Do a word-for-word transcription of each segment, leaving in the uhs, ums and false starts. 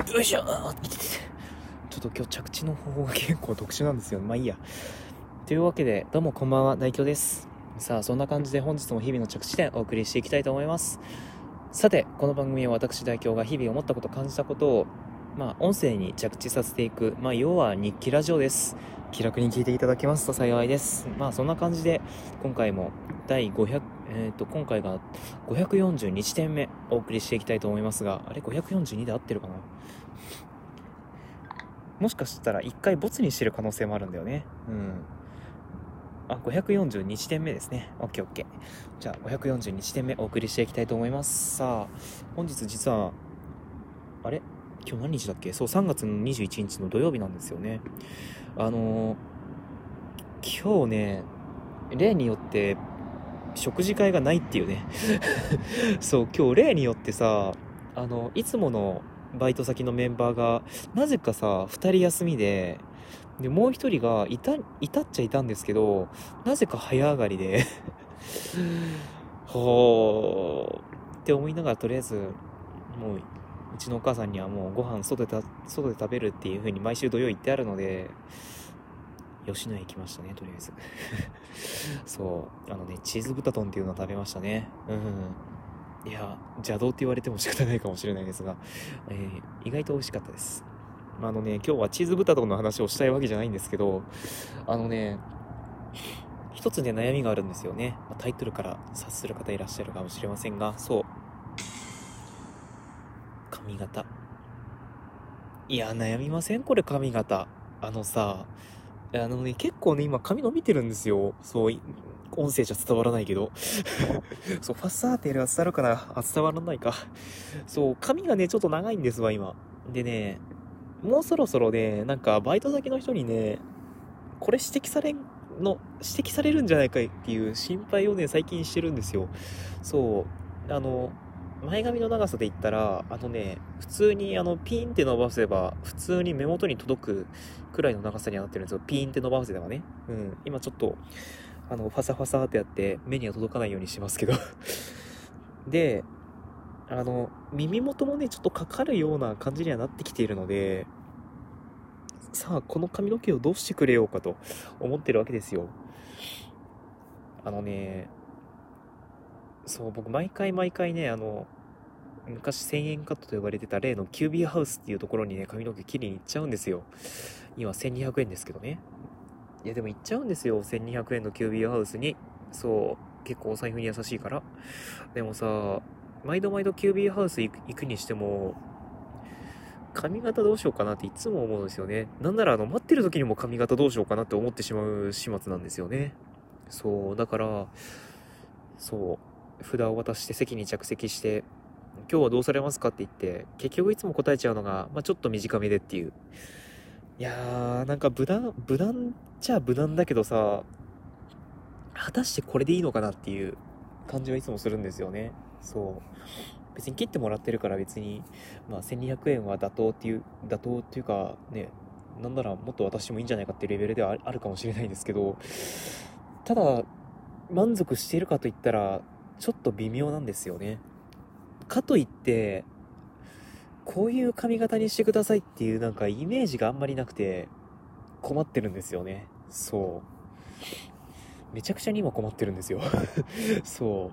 よいしょ。ちょっと今日着地の方法が結構特殊なんですよ。まあいいや。というわけで、どうもこんばんは、大京です。さあ、そんな感じで本日も日々の着地点お送りしていきたいと思います。さて、この番組は私大京が日々思ったこと、感じたことを、まあ音声に着地させていく、まあ要は日記ラジオです。気楽に聞いていただけますと幸いです。まあそんな感じで、今回も第ごひゃく、えっと、今回がごひゃくよんじゅうにちてんめお送りしていきたいと思いますが、あれごひゃくよんじゅうにで合ってるかな？もしかしたらいっかいボツにしてる可能性もあるんだよね。うん。あ、ごひゃくよんじゅうにちてんめですね。オッケーオッケー。じゃあごひゃくよんじゅうにちてんめお送りしていきたいと思います。さあ、本日実は、あれ今日何日だっけ？そう、さんがつのにじゅういちにちの土曜日なんですよね。あのー、今日ね、例によって食事会がないっていうね。そう、今日例によってさ、あの、いつものバイト先のメンバーが、なぜかさ、ふたり休みで、で、もう一人がいた、いたっちゃいたんですけど、なぜか早上がりで、ほーって思いながら、とりあえず、もう、うちのお母さんにはもうご飯外でた、外で食べるっていう風に毎週土曜言ってあるので、吉野家行きましたね、とりあえず。そう、あのね、チーズブタトンっていうのを食べましたね。うん。いや、邪道って言われても仕方ないかもしれないですが、えー、意外と美味しかったです。あのね、今日はチーズブタトンの話をしたいわけじゃないんですけど、あのね、一つね、悩みがあるんですよね。タイトルから察する方いらっしゃるかもしれませんが、そう。髪型。いや、悩みませんこれ髪型。あのさ、あのね、結構ね、今髪伸びてるんですよ。そう、音声じゃ伝わらないけど。そう、ファッサーテールは伝わるかなあ、伝わらないか。そう、髪がね、ちょっと長いんですわ、今。でね、もうそろそろね、なんか、バイト先の人にね、これ指摘されんの、指摘されるんじゃないかっていう心配をね、最近してるんですよ。そう、あの、前髪の長さで言ったら、あのね、普通にあの、ピーンって伸ばせば、普通に目元に届くくらいの長さにはなってるんですよ。ピーンって伸ばせばね。うん。今ちょっと、あの、ファサファサってやって、目には届かないようにしますけど。で、あの、耳元もね、ちょっとかかるような感じにはなってきているので、さあ、この髪の毛をどうしてくれようかと思ってるわけですよ。あのね、そう、僕毎回毎回ね、あの、昔せんえんカットと呼ばれてた例のキュービーハウスっていうところにね、髪の毛切りに行っちゃうんですよ。今せんにひゃくえんですけどね。いやでも行っちゃうんですよ、せんにひゃくえんのキュービーハウスに。そう、結構お財布に優しいから。でもさ、毎度毎度キュービーハウス行く行くにしても、髪型どうしようかなっていつも思うんですよね。なんならあの、待ってる時にも髪型どうしようかなって思ってしまう始末なんですよね。そう、だから、そう、札を渡して席に着席して、今日はどうされますかって言って、結局いつも答えちゃうのが、まあちょっと短めでっていう。いやー、なんか無難、無難じゃ無難だけどさ、果たしてこれでいいのかなっていう感じはいつもするんですよね。そう。別に切ってもらってるから別に、まあせんにひゃくえんは妥当っていう、妥当っていうかね、なんならもっと渡してもいいんじゃないかっていうレベルではあるかもしれないんですけど、ただ、満足しているかといったら、ちょっと微妙なんですよね。かといって、こういう髪型にしてくださいっていうなんかイメージがあんまりなくて困ってるんですよね。そう。めちゃくちゃに今困ってるんですよ。そう。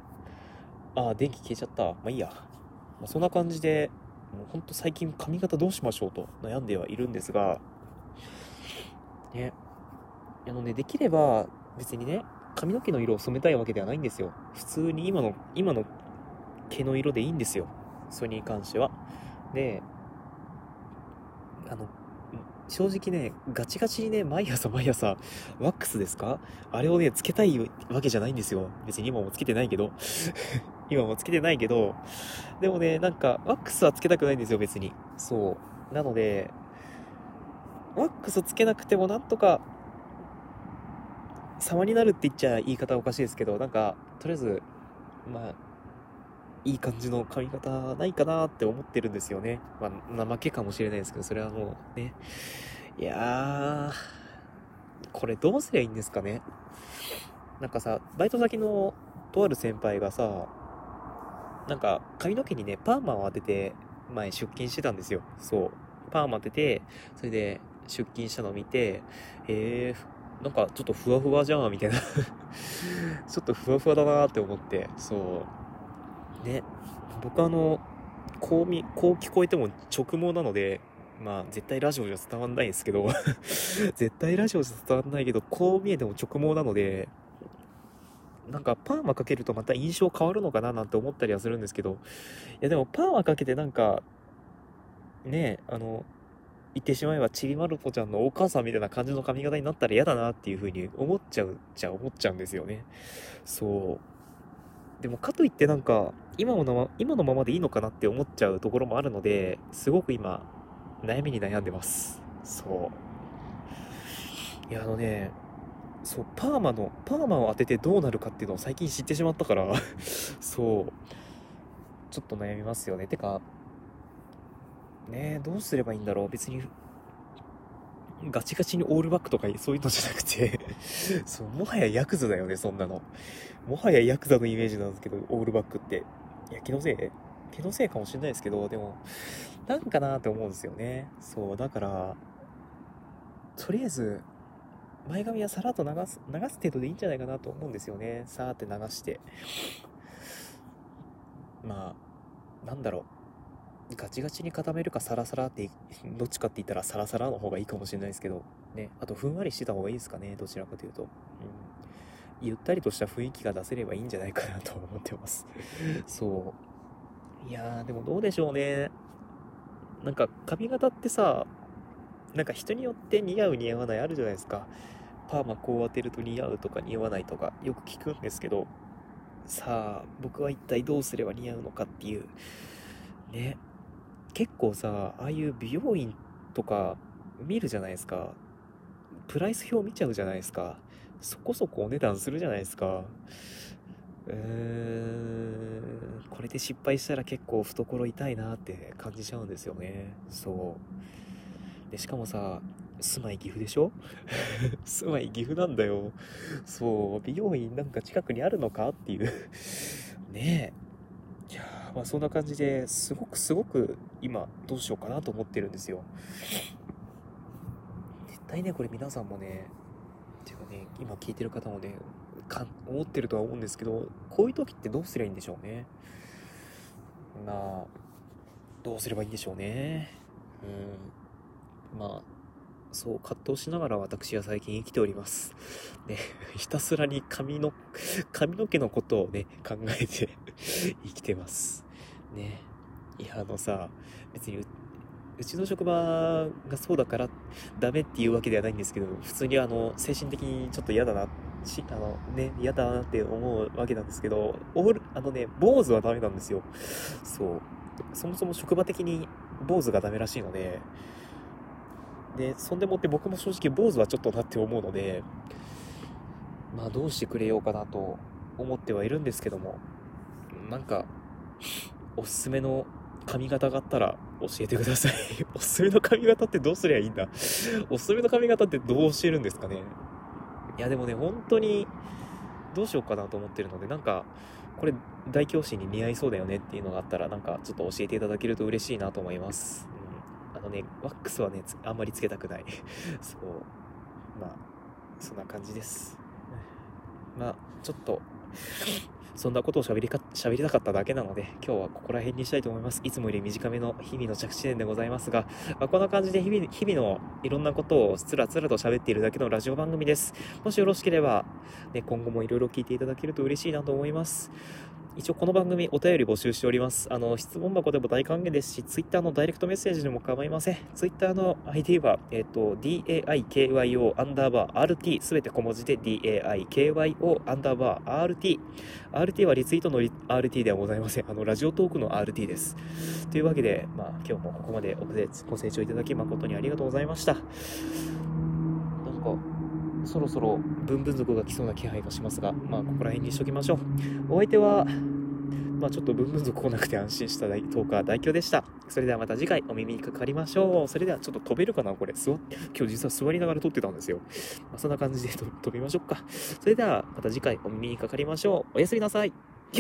ああ、電気消えちゃった。まあいいや。まあ、そんな感じで、もうほんと最近髪型どうしましょうと悩んではいるんですが、ね。あのね、できれば別にね、髪の毛の色を染めたいわけではないんですよ。普通に今の、今の毛の色でいいんですよ。それに関しては。で、あの、正直ね、ガチガチにね、毎朝毎朝、ワックスですかあれをね、つけたいわけじゃないんですよ。別に今もつけてないけど。今もつけてないけど、でもね、なんか、ワックスはつけたくないんですよ、別に。そう。なので、ワックスつけなくてもなんとか、様になるって言っちゃ言い方おかしいですけど、なんか、とりあえず、まあ、いい感じの髪型ないかなって思ってるんですよね。まあ、怠けかもしれないですけど、それはもうね。いやー、これどうすりゃいいんですかね。なんかさ、バイト先のとある先輩がさ、なんか髪の毛にね、パーマを当てて、 前出勤してたんですよ。そう。パーマ当てて、それで出勤したのを見て、えー、なんかちょっとふわふわじゃん、みたいな。ちょっとふわふわだなーって思って、そう。ね。僕あの、こう見、こう聞こえても直毛なので、まあ絶対ラジオじゃ伝わんないんですけど絶対ラジオじゃ伝わんないけど、こう見えても直毛なので、なんかパーマかけるとまた印象変わるのかななんて思ったりはするんですけど、いやでもパーマかけてなんか、ね、あの、言ってしまえばちびまる子ちゃんのお母さんみたいな感じの髪型になったら嫌だなっていう風に思っちゃうじゃ思っちゃうんですよね。そう。でもかといってなんか、今のまま、今のままでいいのかなって思っちゃうところもあるので、すごく今、悩みに悩んでます。そう。いや、あのね、そう、パーマの、パーマを当ててどうなるかっていうのを最近知ってしまったからそう、ちょっと悩みますよね。てか、ねえ、どうすればいいんだろう。別に、ガチガチにオールバックとかそういうのじゃなくてそう、もはやヤクザだよね、そんなの。もはやヤクザのイメージなんですけど、オールバックって。いや、気のせい気のせいかもしれないですけど、でも、なんかなーって思うんですよね。そう、だから、とりあえず、前髪はさらっと流す、流す程度でいいんじゃないかなと思うんですよね。さーって流して。まあ、なんだろう。ガチガチに固めるかサラサラって、どっちかって言ったらサラサラの方がいいかもしれないですけど、ね。あと、ふんわりしてた方がいいですかね。どちらかというと。うん。ゆったりとした雰囲気が出せればいいんじゃないかなと思ってます。そう。いやー、でもどうでしょうね。なんか、髪型ってさ、なんか人によって似合う似合わないあるじゃないですか。パーマこう当てると似合うとか似合わないとかよく聞くんですけど、さあ、僕は一体どうすれば似合うのかっていう。ね。結構さ、ああいう美容院とか見るじゃないですか。プライス表見ちゃうじゃないですか。そこそこお値段するじゃないですか。うーん、これで失敗したら結構懐痛いなって感じちゃうんですよね。そう。で、しかもさ、住まい岐阜でしょ住まい岐阜なんだよ。そう、美容院なんか近くにあるのかっていうねえ。いやー、まあそんな感じですごくすごく今どうしようかなと思ってるんですよ。絶対ね、これ皆さんもね、っていうかね、今聞いてる方もね、か思ってるとは思うんですけど、こういう時ってどうすりゃいいんでしょうね。まあ、どうすればいいんでしょうね。うん。まあ、そう葛藤しながら私は最近生きております。ね、ひたすらに髪の、髪の毛のことをね、考えて生きてます。ね。いや、あのさ、別にう、うちの職場がそうだからダメっていうわけではないんですけど、普通にあの、精神的にちょっと嫌だな、し、あのね、嫌だなって思うわけなんですけど、オール、あのね、坊主はダメなんですよ。そう。そもそも職場的に坊主がダメらしいので、で、そんでもって僕も正直坊主はちょっとなって思うので、まあどうしてくれようかなと思ってはいるんですけども、なんか、おすすめの髪型があったら教えてください。おすすめの髪型ってどうすりゃいいんだおすすめの髪型ってどう教えるんですかね。いやでもね、本当にどうしようかなと思ってるので、なんか、これ大教師に似合いそうだよねっていうのがあったら、なんかちょっと教えていただけると嬉しいなと思います。うん、あのね、ワックスはね、あんまりつけたくない。そう。まあ、そんな感じです。まあ、ちょっと、そんなことを喋りか、喋りたかっただけなので、今日はここら辺にしたいと思います。いつもより短めの日々の着地点でございますが、まあ、こんな感じで日々、日々のいろんなことをつらつらと喋っているだけのラジオ番組です。もしよろしければ、ね、今後もいろいろ聞いていただけると嬉しいなと思います。一応この番組お便り募集しております。あの、質問箱でも大歓迎ですし、Twitter のダイレクトメッセージでも構いません。Twitter の アイディー は、えっと、daikyo アンダーバー rt、すべて小文字で daikyo アンダーバー rt。アールティー はリツイートの アールティー ではございません。あの、ラジオトークの アールティー です。というわけで、まあ、今日もここまでご清聴いただき誠にありがとうございました。なんか、そろそろブンブン族が来そうな気配がしますが、まあ、ここら辺にしときましょう。お相手は、まあ、ちょっとブンブン族来なくて安心したトーカー大京でした。それではまた次回お耳にかかりましょう。それではちょっと飛べるかなこれ。座っ、今日実は座りながら撮ってたんですよ。まあ、そんな感じで飛びましょうか。それではまた次回お耳にかかりましょう。おやすみなさい。